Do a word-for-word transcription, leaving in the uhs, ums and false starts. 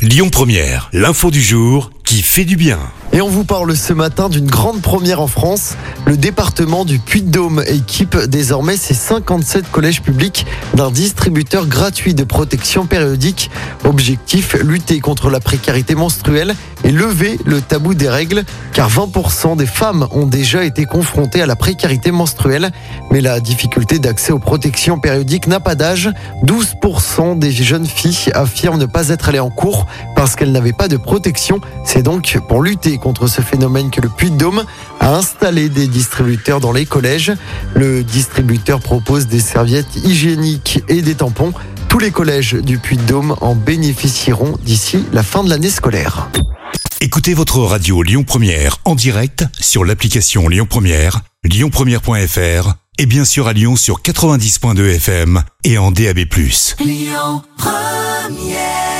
Lyon Première, l'info du jour qui fait du bien. Et on vous parle ce matin d'une grande première en France. Le département du Puy-de-Dôme équipe désormais ses cinquante-sept collèges publics d'un distributeur gratuit de protection périodique. Objectif, lutter contre la précarité menstruelle et lever le tabou des règles, car vingt pour cent des femmes ont déjà été confrontées à la précarité menstruelle. Mais la difficulté d'accès aux protections périodiques n'a pas d'âge. douze pour cent des jeunes filles affirment ne pas être allées en cours parce qu'elles n'avaient pas de protection. C'est donc pour lutter contre ce phénomène que le Puy-de-Dôme a installé des distributeurs dans les collèges. Le distributeur propose des serviettes hygiéniques et des tampons. Tous les collèges du Puy-de-Dôme en bénéficieront d'ici la fin de l'année scolaire. Écoutez votre radio Lyon Première en direct sur l'application Lyon Première, lyon première point f r et bien sûr à Lyon sur quatre-vingt-dix point deux F M et en D A B plus. Lyon Première.